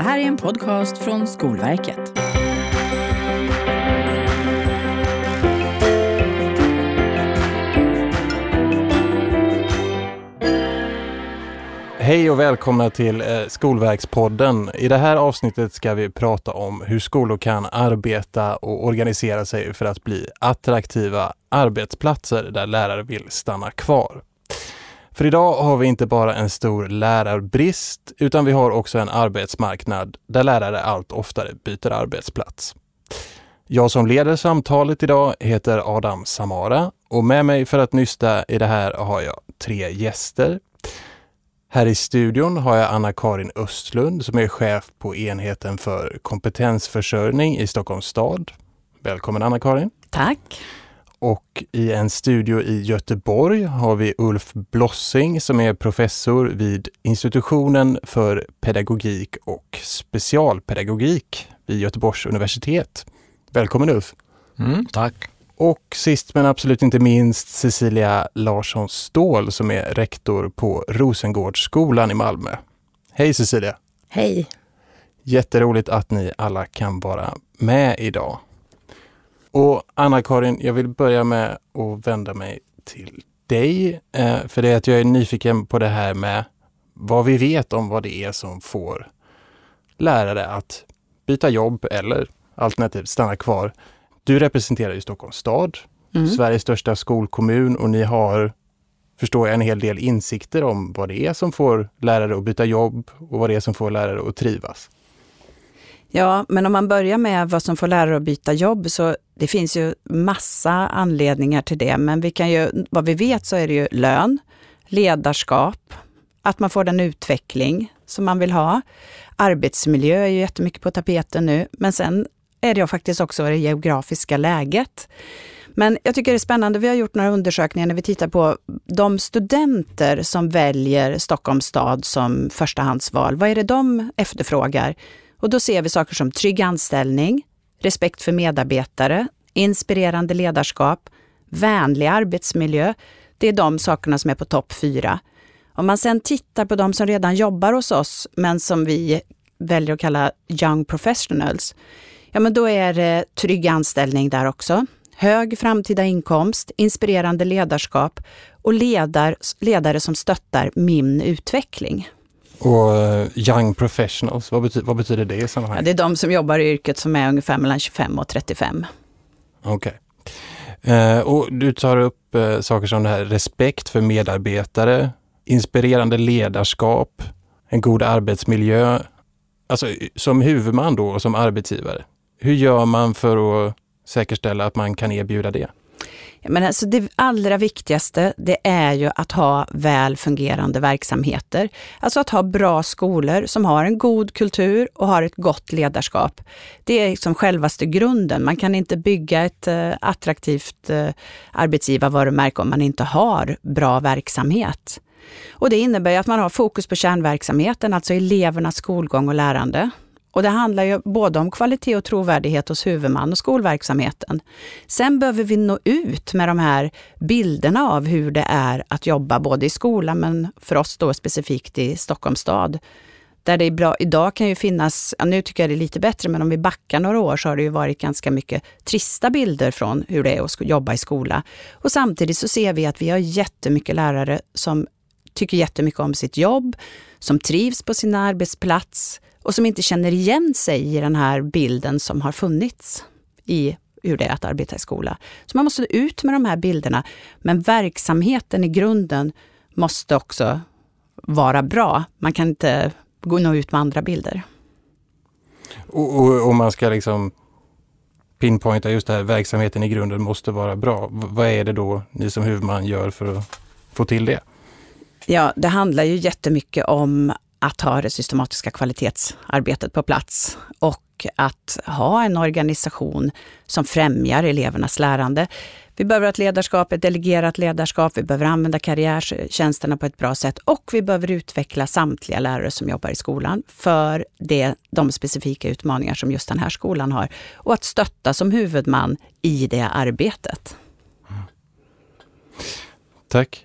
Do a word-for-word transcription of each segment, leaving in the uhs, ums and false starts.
här är en podcast från Skolverket. Hej och välkomna till Skolverkspodden. I det här avsnittet ska vi prata om hur skolor kan arbeta och organisera sig för att bli attraktiva arbetsplatser där lärare vill stanna kvar. För idag har vi inte bara en stor lärarbrist utan vi har också en arbetsmarknad där lärare allt oftare byter arbetsplats. Jag som leder samtalet idag heter Adam Samara och med mig för att nysta i det här har jag tre gäster. Här i studion har jag Anna-Karin Östlund som är chef på enheten för kompetensförsörjning i Stockholms stad. Välkommen Anna-Karin. Tack. Och i en studio i Göteborg har vi Ulf Blossing som är professor vid institutionen för pedagogik och specialpedagogik vid Göteborgs universitet. Välkommen Ulf. Mm, tack. Och sist men absolut inte minst Cecilia Larsson-Ståhl som är rektor på Rosengårdsskolan i Malmö. Hej Cecilia. Hej. Jätteroligt att ni alla kan vara med idag. Och Anna-Karin, jag vill börja med att vända mig till dig. För det är att jag är nyfiken på det här med vad vi vet om vad det är som får lärare att byta jobb eller alternativt stanna kvar. Du representerar ju Stockholms stad, mm. Sveriges största skolkommun och ni har, förstår jag, en hel del insikter om vad det är som får lärare att byta jobb och vad det är som får lärare att trivas. Ja, men om man börjar med vad som får lärare att byta jobb så det finns ju massa anledningar till det. Men vi kan ju, vad vi vet så är det ju lön, ledarskap, att man får den utveckling som man vill ha. Arbetsmiljö är ju jättemycket på tapeten nu, men sen är det ju faktiskt också det geografiska läget. Men jag tycker det är spännande, vi har gjort några undersökningar när vi tittar på de studenter som väljer Stockholms stad som förstahandsval. Vad är det de efterfrågar? Och då ser vi saker som trygg anställning, respekt för medarbetare, inspirerande ledarskap, vänlig arbetsmiljö. Det är de sakerna som är på topp fyra. Om man sen tittar på de som redan jobbar hos oss men som vi väljer att kalla young professionals, ja men då är det trygg anställning där också. Hög framtida inkomst, inspirerande ledarskap och ledar, ledare som stöttar min utveckling. Och young professionals, vad betyder, vad betyder det i sammanhanget? Ja, det är de som jobbar i yrket som är ungefär mellan tjugofem och trettiofem. Okej. Okay. Eh, och du tar upp eh, saker som det här respekt för medarbetare, inspirerande ledarskap, en god arbetsmiljö. Alltså som huvudman då och som arbetsgivare. Hur gör man för att säkerställa att man kan erbjuda det? Men alltså det allra viktigaste det är ju att ha väl fungerande verksamheter. Alltså att ha bra skolor som har en god kultur och har ett gott ledarskap. Det är liksom självaste grunden. Man kan inte bygga ett eh, attraktivt eh, arbetsgivarvarumärke om man inte har bra verksamhet. Och det innebär att man har fokus på kärnverksamheten, alltså elevernas skolgång och lärande. Och det handlar ju både om kvalitet och trovärdighet hos huvudman och skolverksamheten. Sen behöver vi nå ut med de här bilderna av hur det är att jobba både i skolan men för oss då specifikt i Stockholms stad. Där det är bra, idag kan ju finnas, ja, nu tycker jag det är lite bättre men om vi backar några år så har det ju varit ganska mycket trista bilder från hur det är att jobba i skola. Och samtidigt så ser vi att vi har jättemycket lärare som tycker jättemycket om sitt jobb, som trivs på sin arbetsplats och som inte känner igen sig i den här bilden som har funnits i hur det är att arbeta i skola. Så man måste ut med de här bilderna, men verksamheten i grunden måste också vara bra. Man kan inte gå nå ut med andra bilder. Och, och, och man ska liksom pinpointa just det här, verksamheten i grunden måste vara bra. V- vad är det då ni som huvudman gör för att få till det? Ja, det handlar ju jättemycket om att ha det systematiska kvalitetsarbetet på plats och att ha en organisation som främjar elevernas lärande. Vi behöver ett ledarskap, ett delegerat ledarskap, vi behöver använda karriärtjänsterna på ett bra sätt och vi behöver utveckla samtliga lärare som jobbar i skolan för det, de specifika utmaningar som just den här skolan har och att stötta som huvudman i det arbetet. Tack.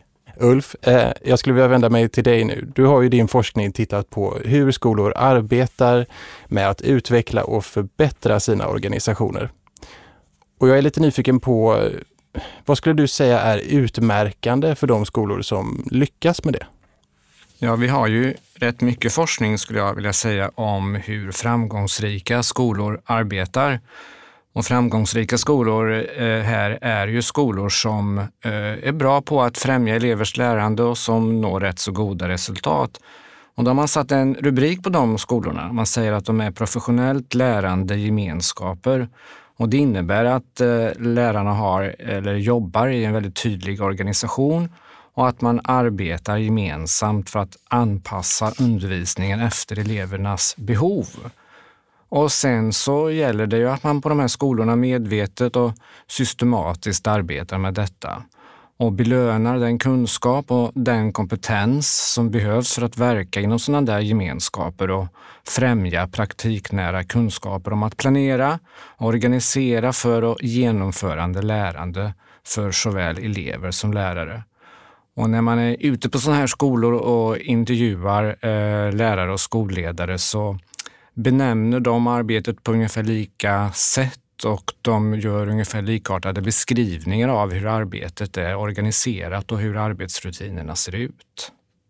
Ulf, eh, jag skulle vilja vända mig till dig nu. Du har ju din forskning tittat på hur skolor arbetar med att utveckla och förbättra sina organisationer. Och jag är lite nyfiken på, vad skulle du säga är utmärkande för de skolor som lyckas med det? Ja, vi har ju rätt mycket forskning skulle jag vilja säga om hur framgångsrika skolor arbetar. Och framgångsrika skolor eh, här är ju skolor som eh, är bra på att främja elevers lärande och som når rätt så goda resultat. Och då har man satt en rubrik på de skolorna. Man säger att de är professionellt lärande gemenskaper. Och det innebär att eh, lärarna har eller jobbar i en väldigt tydlig organisation och att man arbetar gemensamt för att anpassa undervisningen efter elevernas behov. Och sen så gäller det ju att man på de här skolorna medvetet och systematiskt arbetar med detta och belönar den kunskap och den kompetens som behövs för att verka inom sådana där gemenskaper och främja praktiknära kunskaper om att planera, organisera för och genomförande lärande för såväl elever som lärare. Och när man är ute på sådana här skolor och intervjuar eh, lärare och skolledare så benämner de arbetet på ungefär lika sätt och de gör ungefär likartade beskrivningar av hur arbetet är organiserat och hur arbetsrutinerna ser ut.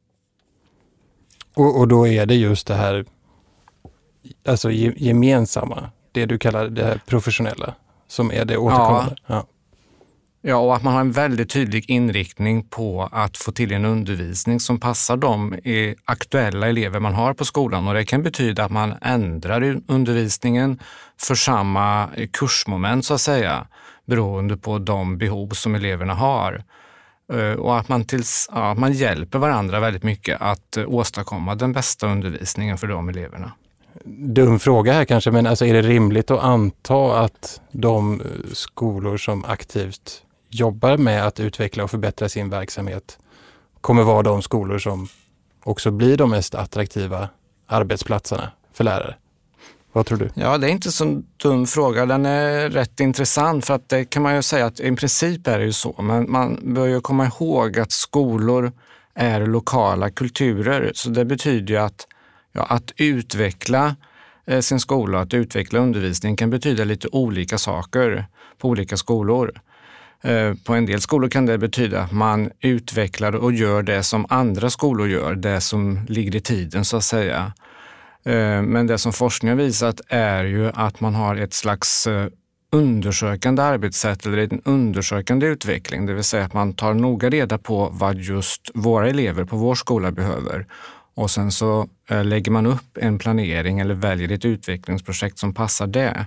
Och, och då är det just det här alltså gemensamma, det du kallar det här professionella, som är det återkommande. Ja. Ja. Ja, och att man har en väldigt tydlig inriktning på att få till en undervisning som passar de aktuella elever man har på skolan. Och det kan betyda att man ändrar undervisningen för samma kursmoment så att säga, beroende på de behov som eleverna har. Och att man, tills, ja, man hjälper varandra väldigt mycket att åstadkomma den bästa undervisningen för de eleverna. Dum fråga här kanske, men alltså är det rimligt att anta att de skolor som aktivt jobbar med att utveckla och förbättra sin verksamhet kommer vara de skolor som också blir de mest attraktiva arbetsplatserna för lärare? Vad tror du? Ja, det är inte så en dum fråga. Den är rätt intressant för att det kan man ju säga att i princip är det ju så. Men man bör ju komma ihåg att skolor är lokala kulturer. Så det betyder ju att, ja, att utveckla eh, sin skola, att utveckla undervisning kan betyda lite olika saker på olika skolor. På en del skolor kan det betyda att man utvecklar och gör det som andra skolor gör, det som ligger i tiden så att säga. Men det som forskningen har visat är ju att man har ett slags undersökande arbetssätt eller en undersökande utveckling. Det vill säga att man tar noga reda på vad just våra elever på vår skola behöver. Och sen så lägger man upp en planering eller väljer ett utvecklingsprojekt som passar det.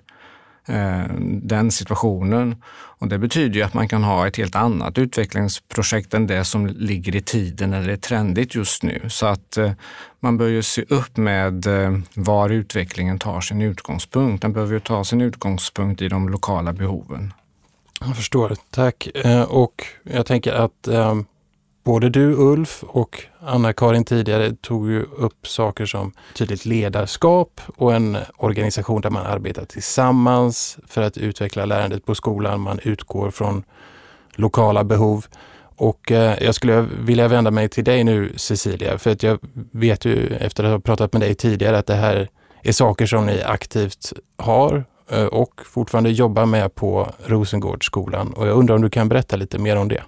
Den situationen. Och det betyder ju att man kan ha ett helt annat utvecklingsprojekt än det som ligger i tiden eller är trendigt just nu. Så att eh, man bör ju se upp med eh, var utvecklingen tar sin utgångspunkt. Den behöver ju ta sin utgångspunkt i de lokala behoven. Jag förstår, tack. Eh, och jag tänker att eh, både du Ulf och Anna-Karin tidigare tog ju upp saker som tydligt ledarskap och en organisation där man arbetar tillsammans för att utveckla lärandet på skolan. Man utgår från lokala behov. Och eh, jag skulle vilja vända mig till dig nu Cecilia, för att jag vet ju efter att ha pratat med dig tidigare att det här är saker som ni aktivt har eh, och fortfarande jobbar med på Rosengårdsskolan. Och jag undrar om du kan berätta lite mer om det.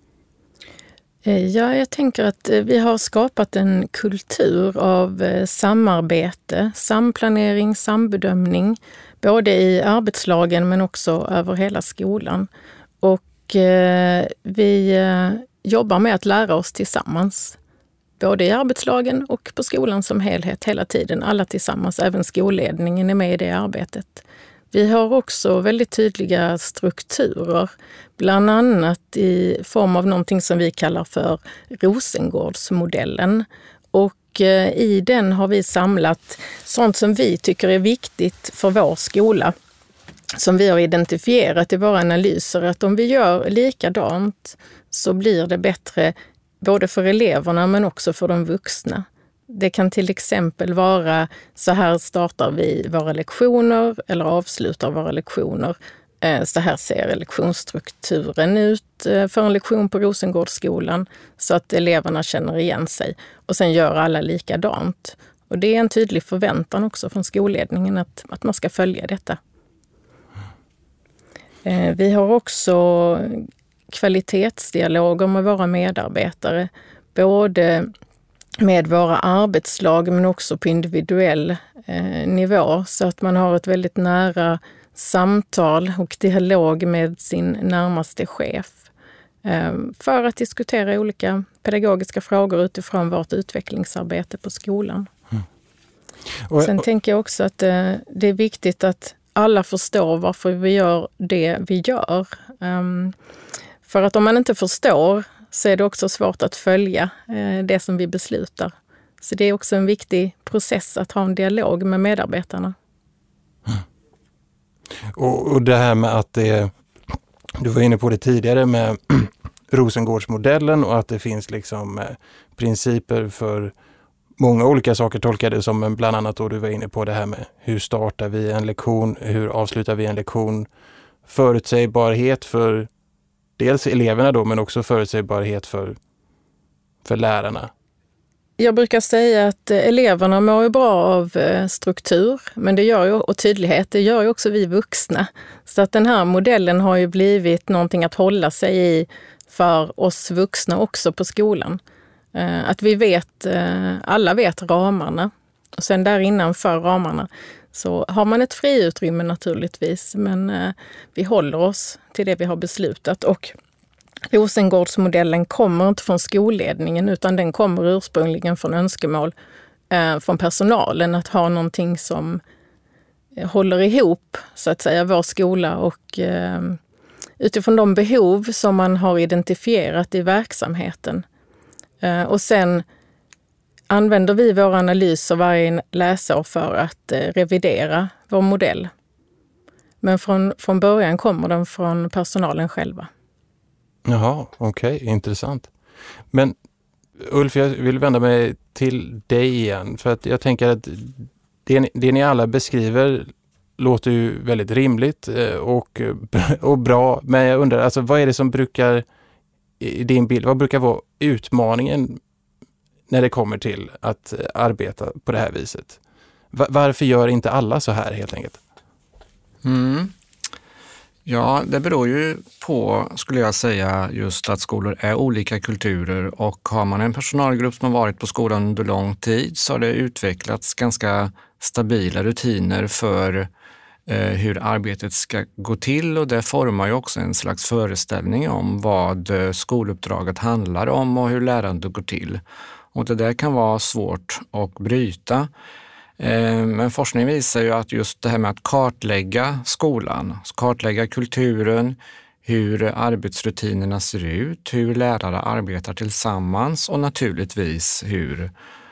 Ja, jag tänker att vi har skapat en kultur av samarbete, samplanering, sambedömning, både i arbetslagen men också över hela skolan. Och eh, vi eh, jobbar med att lära oss tillsammans, både i arbetslagen och på skolan som helhet hela tiden, alla tillsammans, även skolledningen är med i det arbetet. Vi har också väldigt tydliga strukturer, bland annat i form av någonting som vi kallar för Rosengårdsmodellen. Och i den har vi samlat sånt som vi tycker är viktigt för vår skola, som vi har identifierat i våra analyser, att om vi gör likadant så blir det bättre både för eleverna men också för de vuxna. Det kan till exempel vara så här startar vi våra lektioner eller avslutar våra lektioner. Så här ser lektionsstrukturen ut för en lektion på Rosengårdsskolan så att eleverna känner igen sig. Och sen gör alla likadant. Och det är en tydlig förväntan också från skolledningen att, att man ska följa detta. Vi har också kvalitetsdialoger med våra medarbetare. Både med våra arbetslag men också på individuell nivå. Så att man har ett väldigt nära samtal och dialog med sin närmaste chef för att diskutera olika pedagogiska frågor utifrån vårt utvecklingsarbete på skolan. Mm. Och, Sen och, tänker jag också att det, det är viktigt att alla förstår varför vi gör det vi gör. Um, för att om man inte förstår så är det också svårt att följa uh, det som vi beslutar. Så det är också en viktig process att ha en dialog med medarbetarna. Mm. Och, och det här med att det, du var inne på det tidigare med Rosengårdsmodellen och att det finns liksom principer för många olika saker tolkade som, men bland annat då du var inne på det här med hur startar vi en lektion, hur avslutar vi en lektion, förutsägbarhet för dels eleverna då men också förutsägbarhet för, för lärarna. Jag brukar säga att eleverna mår ju bra av struktur, men det gör ju, och tydlighet, det gör ju också vi vuxna. Så att den här modellen har ju blivit någonting att hålla sig i för oss vuxna också på skolan. Att vi vet, alla vet ramarna. Och sen där innanför ramarna så har man ett friutrymme naturligtvis, men vi håller oss till det vi har beslutat. Och Rosengårdsmodellen kommer inte från skolledningen utan den kommer ursprungligen från önskemål eh, från personalen att ha någonting som håller ihop så att säga vår skola och eh, utifrån de behov som man har identifierat i verksamheten. Eh, och sen använder vi våra analyser varje läsår för att eh, revidera vår modell. Men från, från början kommer den från personalen själva. Jaha, okej, okay, intressant. Men Ulf, jag vill vända mig till dig igen för att jag tänker att det, det ni alla beskriver låter ju väldigt rimligt och, och bra, men jag undrar, alltså, vad är det som brukar i din bild, vad brukar vara utmaningen när det kommer till att arbeta på det här viset? Varför gör inte alla så här helt enkelt? Mm. Ja, det beror ju på, skulle jag säga, just att skolor är olika kulturer och har man en personalgrupp som har varit på skolan under lång tid så har det utvecklats ganska stabila rutiner för eh, hur arbetet ska gå till och det formar ju också en slags föreställning om vad skoluppdraget handlar om och hur lärandet går till. Och det där kan vara svårt att bryta. Men forskning visar ju att just det här med att kartlägga skolan, kartlägga kulturen, hur arbetsrutinerna ser ut, hur lärare arbetar tillsammans och naturligtvis hur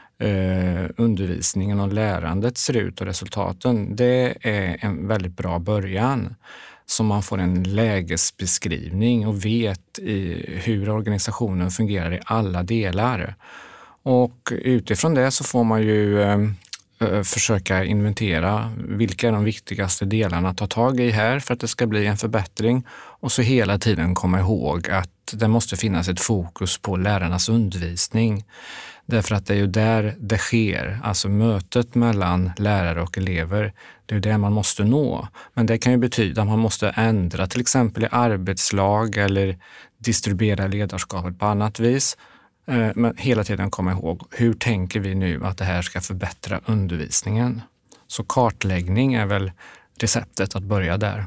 eh, undervisningen och lärandet ser ut och resultaten. Det är en väldigt bra början så man får en lägesbeskrivning och vet i hur organisationen fungerar i alla delar. Och utifrån det så får man ju eh, försöka inventera vilka är de viktigaste delarna att ta tag i här för att det ska bli en förbättring och så hela tiden komma ihåg att det måste finnas ett fokus på lärarnas undervisning. Därför att det är ju där det sker, alltså mötet mellan lärare och elever, det är det man måste nå. Men det kan ju betyda att man måste ändra till exempel i arbetslag eller distribuera ledarskapet på annat vis. Men hela tiden komma ihåg, hur tänker vi nu att det här ska förbättra undervisningen? Så kartläggning är väl receptet att börja där.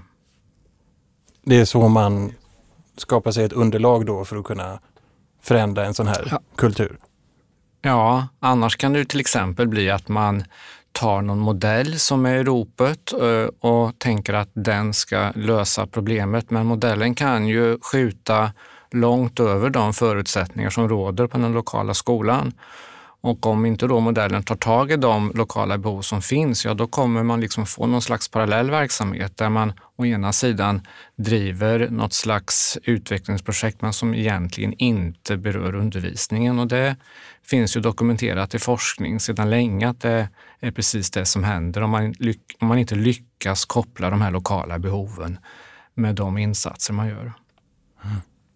Det är så man skapar sig ett underlag då för att kunna förändra en sån här ja. kultur? Ja, annars kan det till exempel bli att man tar någon modell som är i ropet och tänker att den ska lösa problemet. Men modellen kan ju skjuta långt över de förutsättningar som råder på den lokala skolan. Och om inte då modellen tar tag i de lokala behov som finns, ja då kommer man liksom få någon slags parallell verksamhet där man å ena sidan driver något slags utvecklingsprojekt men som egentligen inte berör undervisningen. Och det finns ju dokumenterat i forskning sedan länge att det är precis det som händer om man, lyck- om man inte lyckas koppla de här lokala behoven med de insatser man gör. Mm.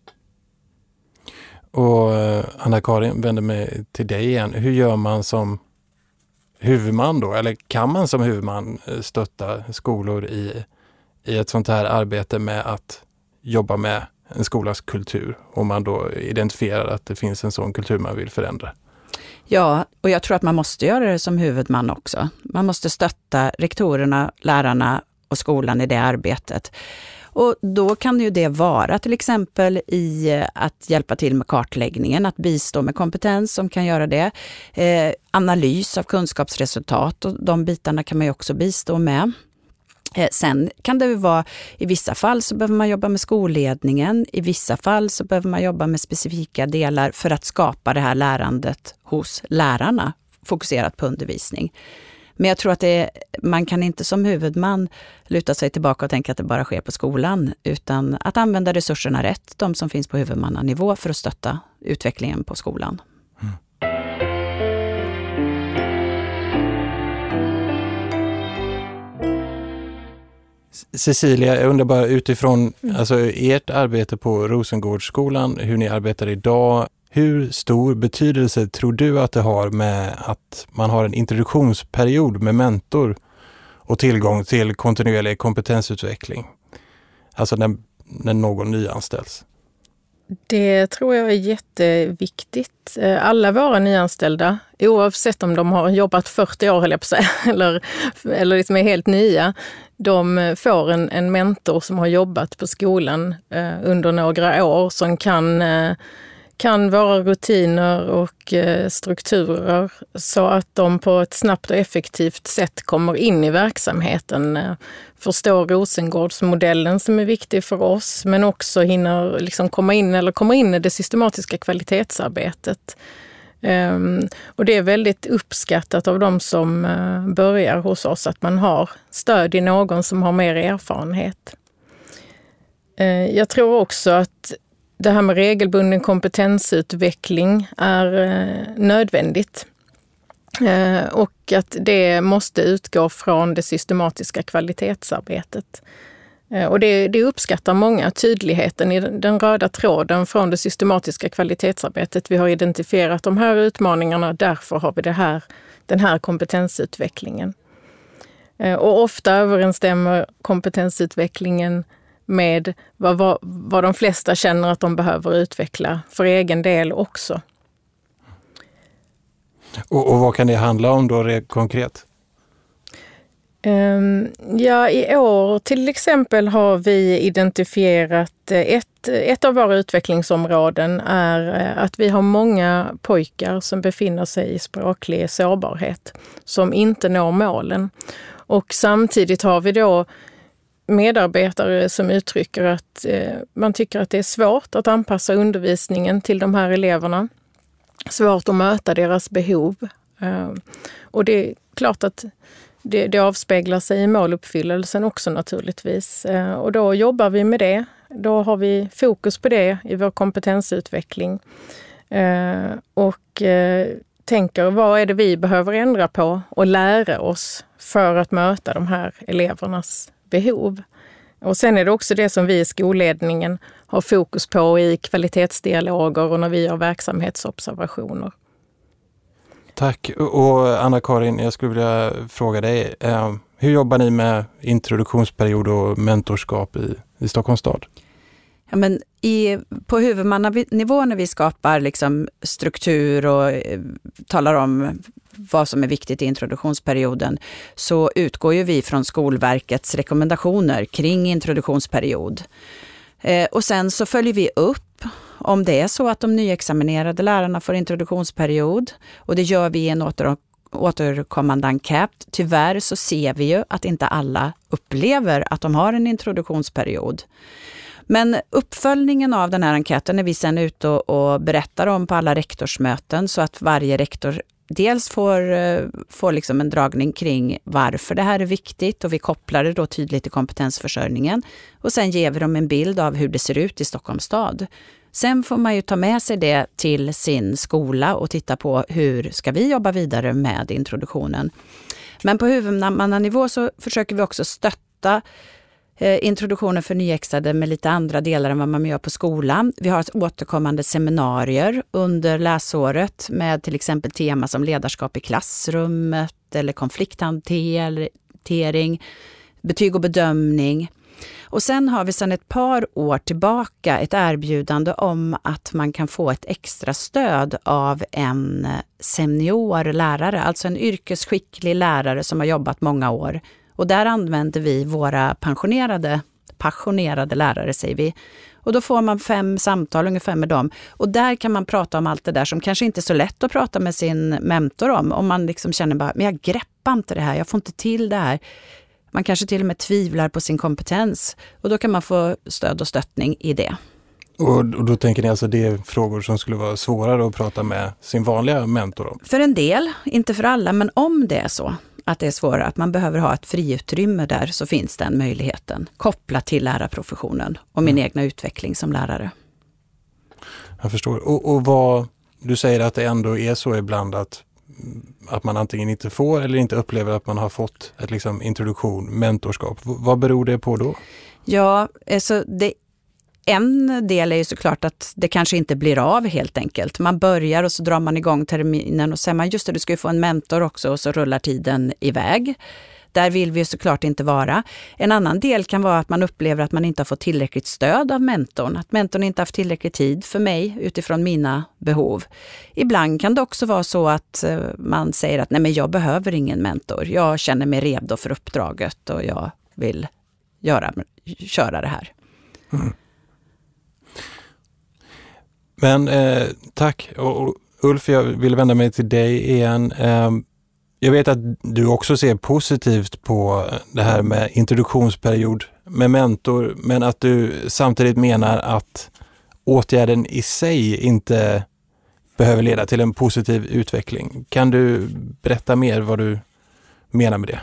Och Anna-Karin, vänder mig till dig igen. Hur gör man som huvudman då? Eller kan man som huvudman stötta skolor i, i ett sånt här arbete med att jobba med en skolas kultur, om man då identifierar att det finns en sån kultur man vill förändra? Ja, och jag tror att man måste göra det som huvudman också. Man måste stötta rektorerna, lärarna och skolan i det arbetet. Och då kan ju det vara till exempel i att hjälpa till med kartläggningen, att bistå med kompetens som kan göra det. Eh, analys av kunskapsresultat, och de bitarna kan man ju också bistå med. Eh, sen kan det ju vara, i vissa fall så behöver man jobba med skolledningen, i vissa fall så behöver man jobba med specifika delar för att skapa det här lärandet hos lärarna, fokuserat på undervisning. Men jag tror att det, man kan inte som huvudman luta sig tillbaka och tänka att det bara sker på skolan, utan att använda resurserna rätt, de som finns på huvudmannanivå, för att stötta utvecklingen på skolan. Mm. Cecilia, jag undrar bara utifrån mm. alltså, ert arbete på Rosengårdsskolan, hur ni arbetar idag. Hur stor betydelse tror du att det har med att man har en introduktionsperiod med mentor och tillgång till kontinuerlig kompetensutveckling? Alltså när, när någon nyanställs. Det tror jag är jätteviktigt. Alla våra nyanställda, oavsett om de har jobbat fyrtio år eller, eller, eller liksom är helt nya, de får en, en mentor som har jobbat på skolan eh, under några år, som kan eh, kan vara rutiner och eh, strukturer, så att de på ett snabbt och effektivt sätt kommer in i verksamheten, eh, förstår Rosengårdsmodellen som är viktig för oss, men också hinner liksom komma in eller komma in i det systematiska kvalitetsarbetet. Um, och det är väldigt uppskattat av de som uh, börjar hos oss, att man har stöd i någon som har mer erfarenhet. Uh, jag tror också att det här med regelbunden kompetensutveckling är eh, nödvändigt. Eh, och att det måste utgå från det systematiska kvalitetsarbetet. Eh, och det, det uppskattar många, tydligheten i den, den röda tråden från det systematiska kvalitetsarbetet. Vi har identifierat de här utmaningarna, därför har vi det här, den här kompetensutvecklingen. Eh, och ofta överensstämmer kompetensutvecklingen med vad, vad, vad de flesta känner att de behöver utveckla för egen del också. Och, och vad kan det handla om då konkret? Um, ja, i år till exempel har vi identifierat ett, ett av våra utvecklingsområden är att vi har många pojkar som befinner sig i språklig sårbarhet, som inte når målen. Och samtidigt har vi då medarbetare som uttrycker att eh, man tycker att det är svårt att anpassa undervisningen till de här eleverna. Svårt att möta deras behov. Eh, och det är klart att det, det avspeglar sig i måluppfyllelsen också naturligtvis. Eh, och då jobbar vi med det. Då har vi fokus på det i vår kompetensutveckling. Eh, och eh, tänker, vad är det vi behöver ändra på och lära oss för att möta de här elevernas behov. Och sen är det också det som vi i skolledningen har fokus på i kvalitetsdialoger och när vi gör verksamhetsobservationer. Tack. Och Anna-Karin, jag skulle vilja fråga dig, eh, hur jobbar ni med introduktionsperiod och mentorskap i, i Stockholms stad? Ja, men i, på huvudmannanivå när vi skapar liksom struktur och eh, talar om vad som är viktigt i introduktionsperioden, så utgår ju vi från Skolverkets rekommendationer kring introduktionsperiod. Eh, och sen så följer vi upp om det är så att de nyexaminerade lärarna får introduktionsperiod, och det gör vi i en åter, återkommande enkät. Tyvärr så ser vi ju att inte alla upplever att de har en introduktionsperiod. Men uppföljningen av den här enkäten är vi sen ute och, och berättar om på alla rektorsmöten, så att varje rektor dels får, får liksom en dragning kring varför det här är viktigt, och vi kopplar det då tydligt till kompetensförsörjningen, och sen ger vi dem en bild av hur det ser ut i Stockholms stad. Sen får man ju ta med sig det till sin skola och titta på hur ska vi jobba vidare med introduktionen. Men på huvudmannanivå så försöker vi också stötta Eh, introduktionen för nyexade med lite andra delar än vad man gör på skolan. Vi har återkommande seminarier under läsåret med till exempel tema som ledarskap i klassrummet eller konflikthantering, betyg och bedömning. Och sen har vi sedan ett par år tillbaka ett erbjudande om att man kan få ett extra stöd av en senior lärare, alltså en yrkesskicklig lärare som har jobbat många år. Och där använder vi våra pensionerade, passionerade lärare, säger vi. Och då får man fem samtal ungefär med dem. Och där kan man prata om allt det där som kanske inte är så lätt att prata med sin mentor om. Om man liksom känner bara, men jag greppar inte det här, jag får inte till det här. Man kanske till och med tvivlar på sin kompetens. Och då kan man få stöd och stöttning i det. Och, och då tänker ni alltså det är frågor som skulle vara svårare att prata med sin vanliga mentor om? För en del, inte för alla, men om det är så att det är svårare, att man behöver ha ett friutrymme där, så finns den möjligheten kopplat till lärarprofessionen och min mm. egna utveckling som lärare. Jag förstår. Och, och vad, du säger att det ändå är så ibland att, att man antingen inte får eller inte upplever att man har fått ett liksom introduktion, mentorskap. V- vad beror det på då? Ja, alltså det En del är ju såklart att det kanske inte blir av helt enkelt. Man börjar och så drar man igång terminen och säger man just det, du ska ju få en mentor också, och så rullar tiden iväg. Där vill vi ju såklart inte vara. En annan del kan vara att man upplever att man inte har fått tillräckligt stöd av mentorn. Att mentorn inte har haft tillräcklig tid för mig utifrån mina behov. Ibland kan det också vara så att man säger att nej, men jag behöver ingen mentor. Jag känner mig redo för uppdraget och jag vill göra, köra det här. Mm. Men eh, tack. Och, och Ulf, jag vill vända mig till dig igen. Eh, jag vet att du också ser positivt på det här med introduktionsperiod med mentor, men att du samtidigt menar att åtgärden i sig inte behöver leda till en positiv utveckling. Kan du berätta mer vad du menar med det?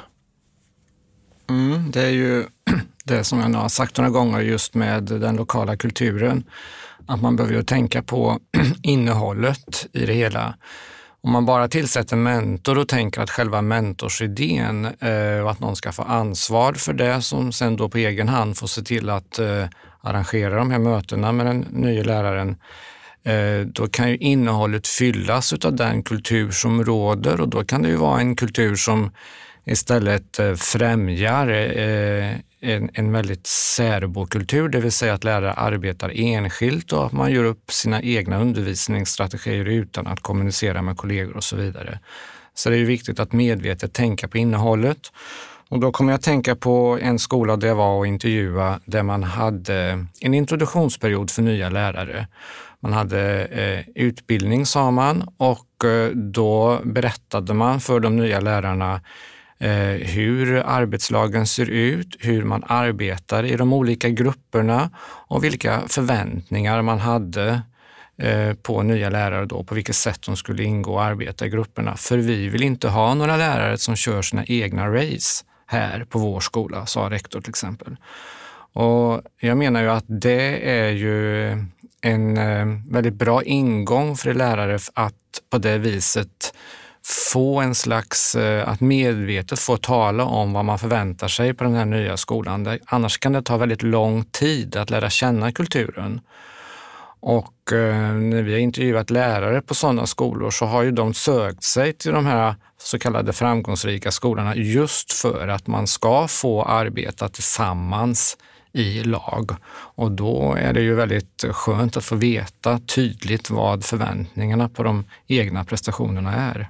Mm, det är ju det som jag har sagt några gånger just med den lokala kulturen. Att man behöver ju tänka på innehållet i det hela. Om man bara tillsätter mentor och tänker att själva mentorsidén eh, och att någon ska få ansvar för det, som sen då på egen hand får se till att eh, arrangera de här mötena med den nya läraren, eh, då kan ju innehållet fyllas av den kultur som råder, och då kan det ju vara en kultur som istället eh, främjar eh, En, en väldigt särbokultur, det vill säga att lärare arbetar enskilt och att man gör upp sina egna undervisningsstrategier utan att kommunicera med kollegor och så vidare. Så det är ju viktigt att medvetet tänka på innehållet. Och då kommer jag att tänka på en skola där jag var och intervjua, där man hade en introduktionsperiod för nya lärare. Man hade eh, utbildning, sa man, och eh, då berättade man för de nya lärarna hur arbetslagen ser ut, hur man arbetar i de olika grupperna och vilka förväntningar man hade på nya lärare då, på vilket sätt de skulle ingå och arbeta i grupperna. För vi vill inte ha några lärare som kör sina egna race här på vår skola, sa rektor till exempel. Och jag menar ju att det är ju en väldigt bra ingång för lärare att på det viset få en slags, att medvetet få tala om vad man förväntar sig på den här nya skolan. Det, annars kan det ta väldigt lång tid att lära känna kulturen. Och eh, när vi har intervjuat lärare på sådana skolor så har ju de sökt sig till de här så kallade framgångsrika skolorna just för att man ska få arbeta tillsammans i lag. Och då är det ju väldigt skönt att få veta tydligt vad förväntningarna på de egna prestationerna är.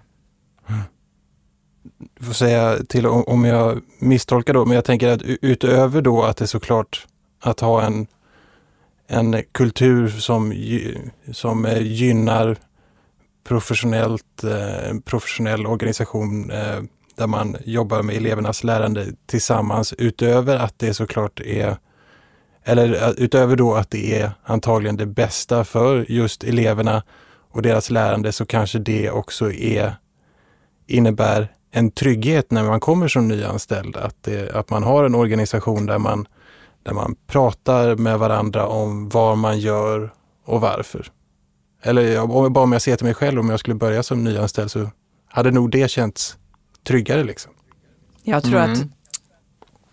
Du får säga till om jag misstolkar då, men jag tänker att utöver då att det är såklart att ha en, en kultur som, som gynnar professionellt, eh, professionell organisation eh, där man jobbar med elevernas lärande tillsammans, utöver att det såklart är, eller utöver då att det är antagligen det bästa för just eleverna och deras lärande, så kanske det också är innebär en trygghet när man kommer som nyanställd, att, det, att man har en organisation där man, där man pratar med varandra om vad man gör och varför. Eller om, bara om jag ser till mig själv, om jag skulle börja som nyanställd så hade nog det känts tryggare liksom. Jag tror mm. att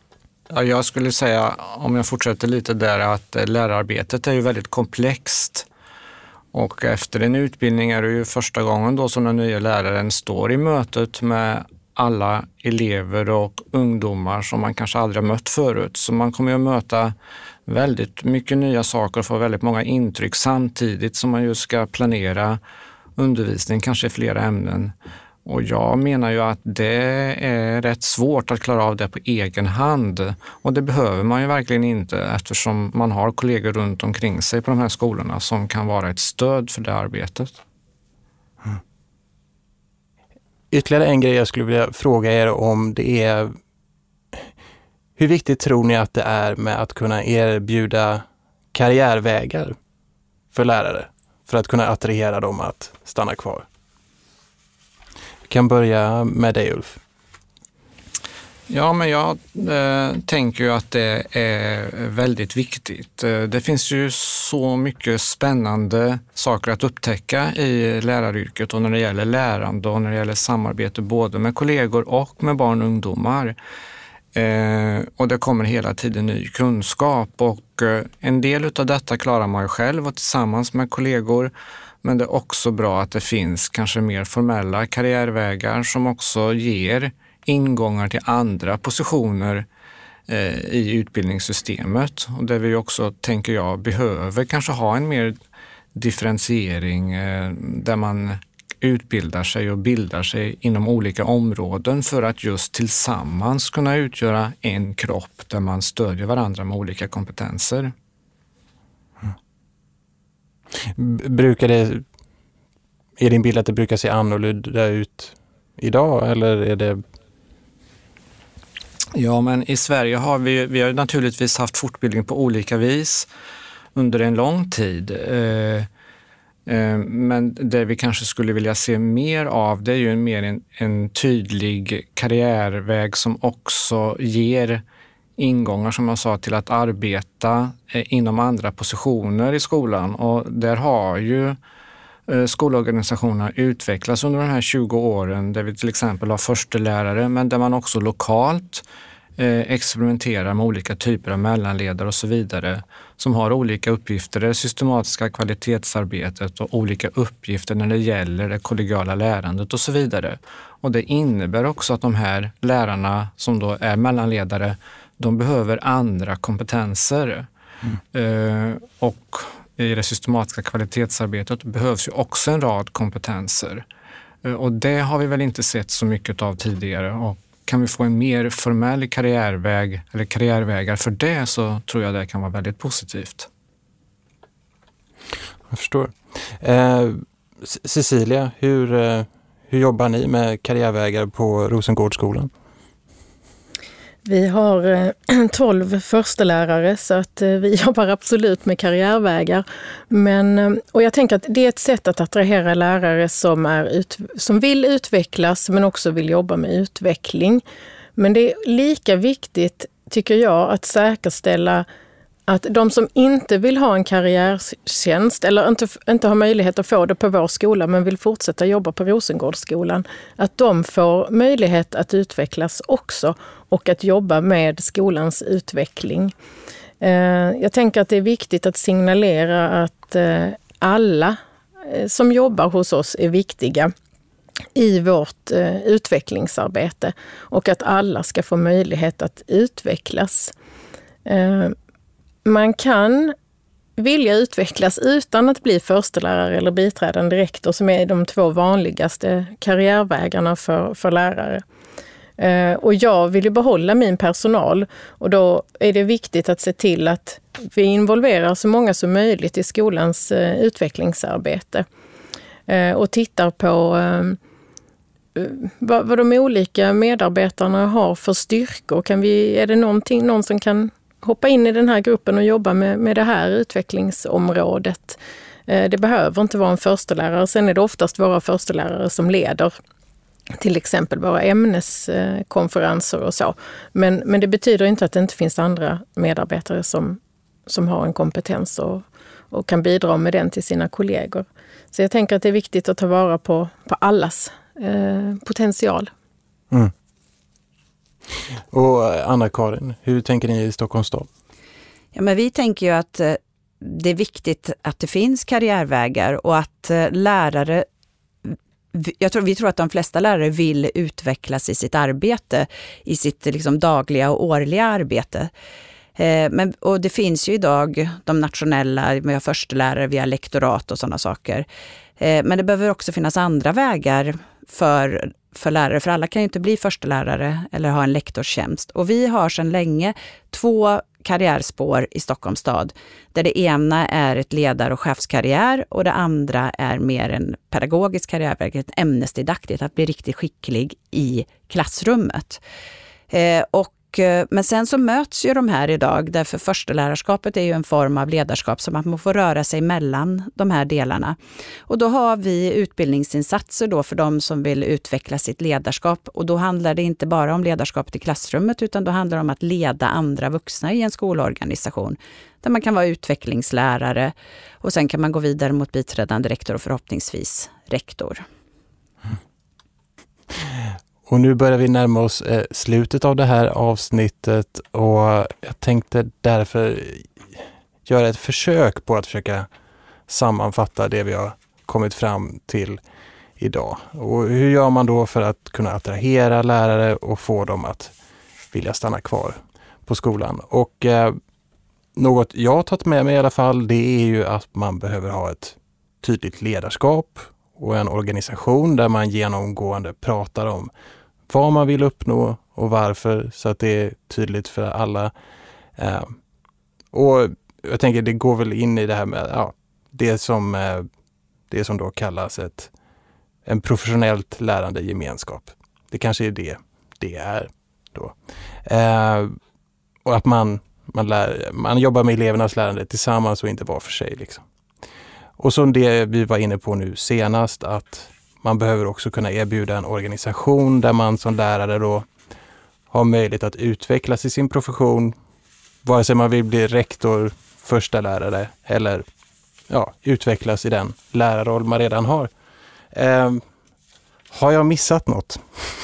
Ja, jag skulle säga, om jag fortsätter lite där, att lärararbetet är ju väldigt komplext. Och efter en utbildning är det ju första gången då som den nya läraren står i mötet med alla elever och ungdomar som man kanske aldrig har mött förut. Så man kommer ju att möta väldigt mycket nya saker och få väldigt många intryck samtidigt som man ju ska planera undervisning, kanske i flera ämnen. Och jag menar ju att det är rätt svårt att klara av det på egen hand. Och det behöver man ju verkligen inte, eftersom man har kollegor runt omkring sig på de här skolorna som kan vara ett stöd för det arbetet. Mm. Ytterligare en grej jag skulle vilja fråga er om, det är: hur viktigt tror ni att det är med att kunna erbjuda karriärvägar för lärare för att kunna attrahera dem att stanna kvar? Vi kan börja med dig, Ulf. Ja, men jag eh, tänker ju att det är väldigt viktigt. Det finns ju så mycket spännande saker att upptäcka i läraryrket och när det gäller lärande och när det gäller samarbete både med kollegor och med barn och ungdomar. Eh, och det kommer hela tiden ny kunskap och eh, en del av detta klarar man ju själv och tillsammans med kollegor. Men det är också bra att det finns kanske mer formella karriärvägar som också ger ingångar till andra positioner eh, i utbildningssystemet. Och där vi också, tänker jag, behöver kanske ha en mer differentiering eh, där man utbildar sig och bildar sig inom olika områden för att just tillsammans kunna utgöra en kropp där man stödjer varandra med olika kompetenser. Brukar det, är din bild att det brukar se annorlunda ut idag, eller är det? Ja, men i Sverige har vi, vi har naturligtvis haft fortbildning på olika vis under en lång tid. Eh, eh, men det vi kanske skulle vilja se mer av, det är ju mer en, en tydlig karriärväg som också ger ingångar, som jag sa, till att arbeta inom andra positioner i skolan. Och där har ju skolorganisationerna utvecklats under de här tjugo åren, där vi till exempel har förstelärare, men där man också lokalt experimenterar med olika typer av mellanledare och så vidare, som har olika uppgifter, det systematiska kvalitetsarbetet och olika uppgifter när det gäller det kollegiala lärandet och så vidare. Och det innebär också att de här lärarna som då är mellanledare, de behöver andra kompetenser. Mm. Eh, och i det systematiska kvalitetsarbetet behövs ju också en rad kompetenser. Eh, och det har vi väl inte sett så mycket av tidigare. Och kan vi få en mer formell karriärväg eller karriärvägar för det, så tror jag det kan vara väldigt positivt. Jag förstår. Eh, Cecilia, hur, eh, hur jobbar ni med karriärvägar på Rosengårdsskolan? Vi har tolv förstelärare, så att vi jobbar absolut med karriärvägar. Men, och jag tänker att det är ett sätt att attrahera lärare som, är ut, som vill utvecklas men också vill jobba med utveckling. Men det är lika viktigt, tycker jag, att säkerställa att de som inte vill ha en karriärtjänst eller inte, inte har möjlighet att få det på vår skola men vill fortsätta jobba på Rosengårdsskolan, att de får möjlighet att utvecklas också och att jobba med skolans utveckling. Jag tänker att det är viktigt att signalera att alla som jobbar hos oss är viktiga i vårt utvecklingsarbete och att alla ska få möjlighet att utvecklas. Man kan vilja utvecklas utan att bli förstelärare eller biträdande rektor, som är de två vanligaste karriärvägarna för, för lärare. Eh, och jag vill ju behålla min personal, och då är det viktigt att se till att vi involverar så många som möjligt i skolans eh, utvecklingsarbete. Eh, och tittar på eh, vad, vad de olika medarbetarna har för styrkor. Kan vi, är det någonting, någon som kan hoppa in i den här gruppen och jobba med, med det här utvecklingsområdet? Eh, det behöver inte vara en förstelärare. Sen är det oftast våra förstelärare som leder till exempel våra ämneskonferenser och så. Men, men det betyder inte att det inte finns andra medarbetare som, som har en kompetens och, och kan bidra med den till sina kollegor. Så jag tänker att det är viktigt att ta vara på, på allas eh, potential. Mm. Och Anna-Karin, hur tänker ni i Stockholms stad? Ja, men vi tänker ju att eh, det är viktigt att det finns karriärvägar och att eh, lärare, jag tror, vi tror att de flesta lärare vill utvecklas i sitt arbete, i sitt liksom, dagliga och årliga arbete. Eh, men, och det finns ju idag de nationella, vi har förstelärare, vi har lektorat och sådana saker. Eh, men det behöver också finnas andra vägar för för lärare, för alla kan ju inte bli förstelärare eller ha en lektorstjänst. Och vi har sedan länge två karriärspår i Stockholms stad, där det ena är ett ledar- och chefskarriär och det andra är mer en pedagogisk karriärväg, ett ämnesdidaktiskt, att bli riktigt skicklig i klassrummet. Eh, och Men sen så möts ju de här idag, därför förstelärarskapet är ju en form av ledarskap som att man får röra sig mellan de här delarna. Och då har vi utbildningsinsatser då för de som vill utveckla sitt ledarskap, och då handlar det inte bara om ledarskapet i klassrummet utan då handlar det om att leda andra vuxna i en skolorganisation där man kan vara utvecklingslärare och sen kan man gå vidare mot biträdande rektor och förhoppningsvis rektor. Och nu börjar vi närma oss eh, slutet av det här avsnittet och jag tänkte därför göra ett försök på att försöka sammanfatta det vi har kommit fram till idag. Och hur gör man då för att kunna attrahera lärare och få dem att vilja stanna kvar på skolan? Och eh, något jag har tagit med mig i alla fall, det är ju att man behöver ha ett tydligt ledarskap och en organisation där man genomgående pratar om vad man vill uppnå och varför, så att det är tydligt för alla. Eh, och jag tänker det går väl in i det här med ja, det som eh, det som då kallas ett en professionellt lärande gemenskap. Det kanske är det det är då. Eh, och att man man lär, man jobbar med elevernas lärande tillsammans och inte var för sig liksom. Och som det vi var inne på nu senast, att man behöver också kunna erbjuda en organisation där man som lärare då har möjlighet att utvecklas i sin profession, vare sig man vill bli rektor, första lärare eller ja, utvecklas i den lärarroll man redan har. Eh, har jag missat något?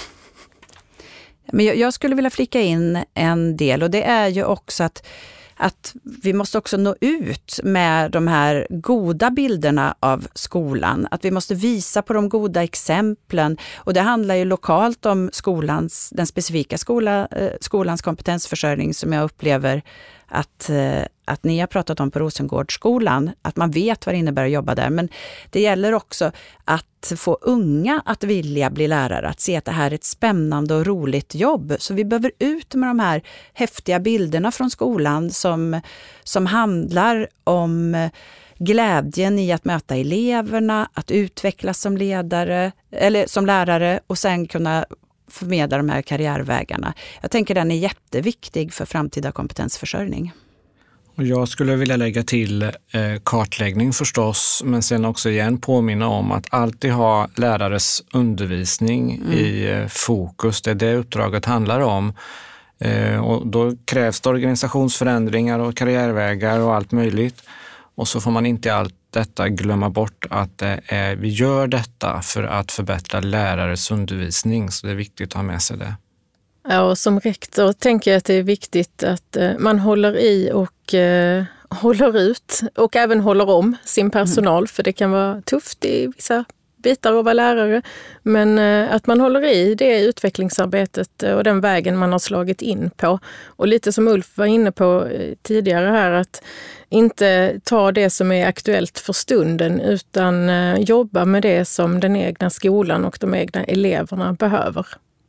Men jag, jag skulle vilja flika in en del, och det är ju också att att vi måste också nå ut med de här goda bilderna av skolan. Att vi måste visa på de goda exemplen. Och det handlar ju lokalt om skolans, den specifika skola, skolans kompetensförsörjning som jag upplever att, att ni har pratat om på Rosengårdsskolan. Att man vet vad det innebär att jobba där. Men det gäller också att få unga att vilja bli lärare. Att se att det här är ett spännande och roligt jobb. Så vi behöver ut med de här häftiga bilderna från skolan som, som handlar om glädjen i att möta eleverna, att utvecklas som ledare eller som lärare och sen kunna förmedla de här karriärvägarna. Jag tänker den är jätteviktig för framtida kompetensförsörjning. Och jag skulle vilja lägga till eh, kartläggning förstås, men sen också igen påminna om att alltid ha lärares undervisning mm. i eh, fokus. Det är det uppdraget handlar om. Eh, och då krävs det organisationsförändringar och karriärvägar och allt möjligt. Och så får man inte allt detta glömma bort att eh, vi gör detta för att förbättra lärares undervisning. Så det är viktigt att ha med sig det. Ja, och som rektor tänker jag att det är viktigt att eh, man håller i och eh, håller ut och även håller om sin personal. Mm. För det kan vara tufft i vissa bitar att vara lärare. Men eh, att man håller i det utvecklingsarbetet och den vägen man har slagit in på. Och lite som Ulf var inne på eh, tidigare här, att inte ta det som är aktuellt för stunden utan eh, jobba med det som den egna skolan och de egna eleverna behöver.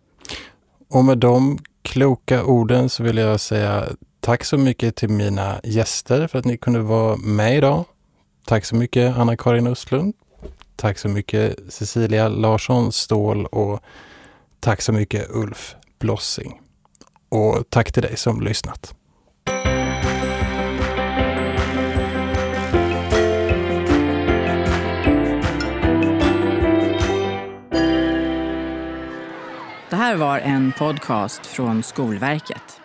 Och med de kloka orden så vill jag säga tack så mycket till mina gäster för att ni kunde vara med idag. Tack så mycket Anna-Karin Östlund. Tack så mycket Cecilia Larsson Ståhl och tack så mycket Ulf Blossing. Och tack till dig som lyssnat. Det här var en podcast från Skolverket.